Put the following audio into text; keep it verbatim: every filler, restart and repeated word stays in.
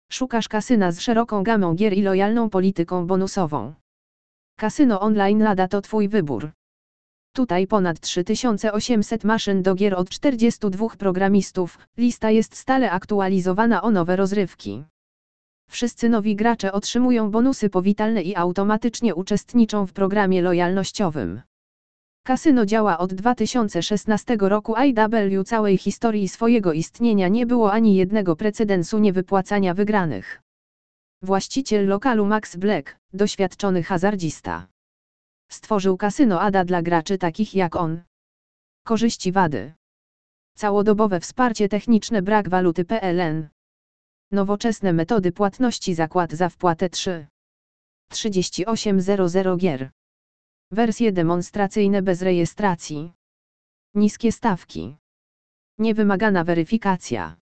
Szukasz kasyna z szeroką gamą gier i lojalną polityką bonusową. Kasyno online Lada to Twój wybór. Tutaj ponad trzy tysiące osiemset maszyn do gier od czterdziestu dwóch programistów, lista jest stale aktualizowana o nowe rozrywki. Wszyscy nowi gracze otrzymują bonusy powitalne i automatycznie uczestniczą w programie lojalnościowym. Kasyno działa od dwa tysiące szesnastego roku, a w całej historii swojego istnienia nie było ani jednego precedensu niewypłacania wygranych. Właściciel lokalu Max Black, doświadczony hazardzista, stworzył kasyno Ada dla graczy takich jak on. Korzyści, wady. Całodobowe wsparcie techniczne, brak waluty P L N. Nowoczesne metody płatności, zakład za wpłatę trzy trzydzieści osiem zero gier. Wersje demonstracyjne bez rejestracji. Niskie stawki. Niewymagana weryfikacja.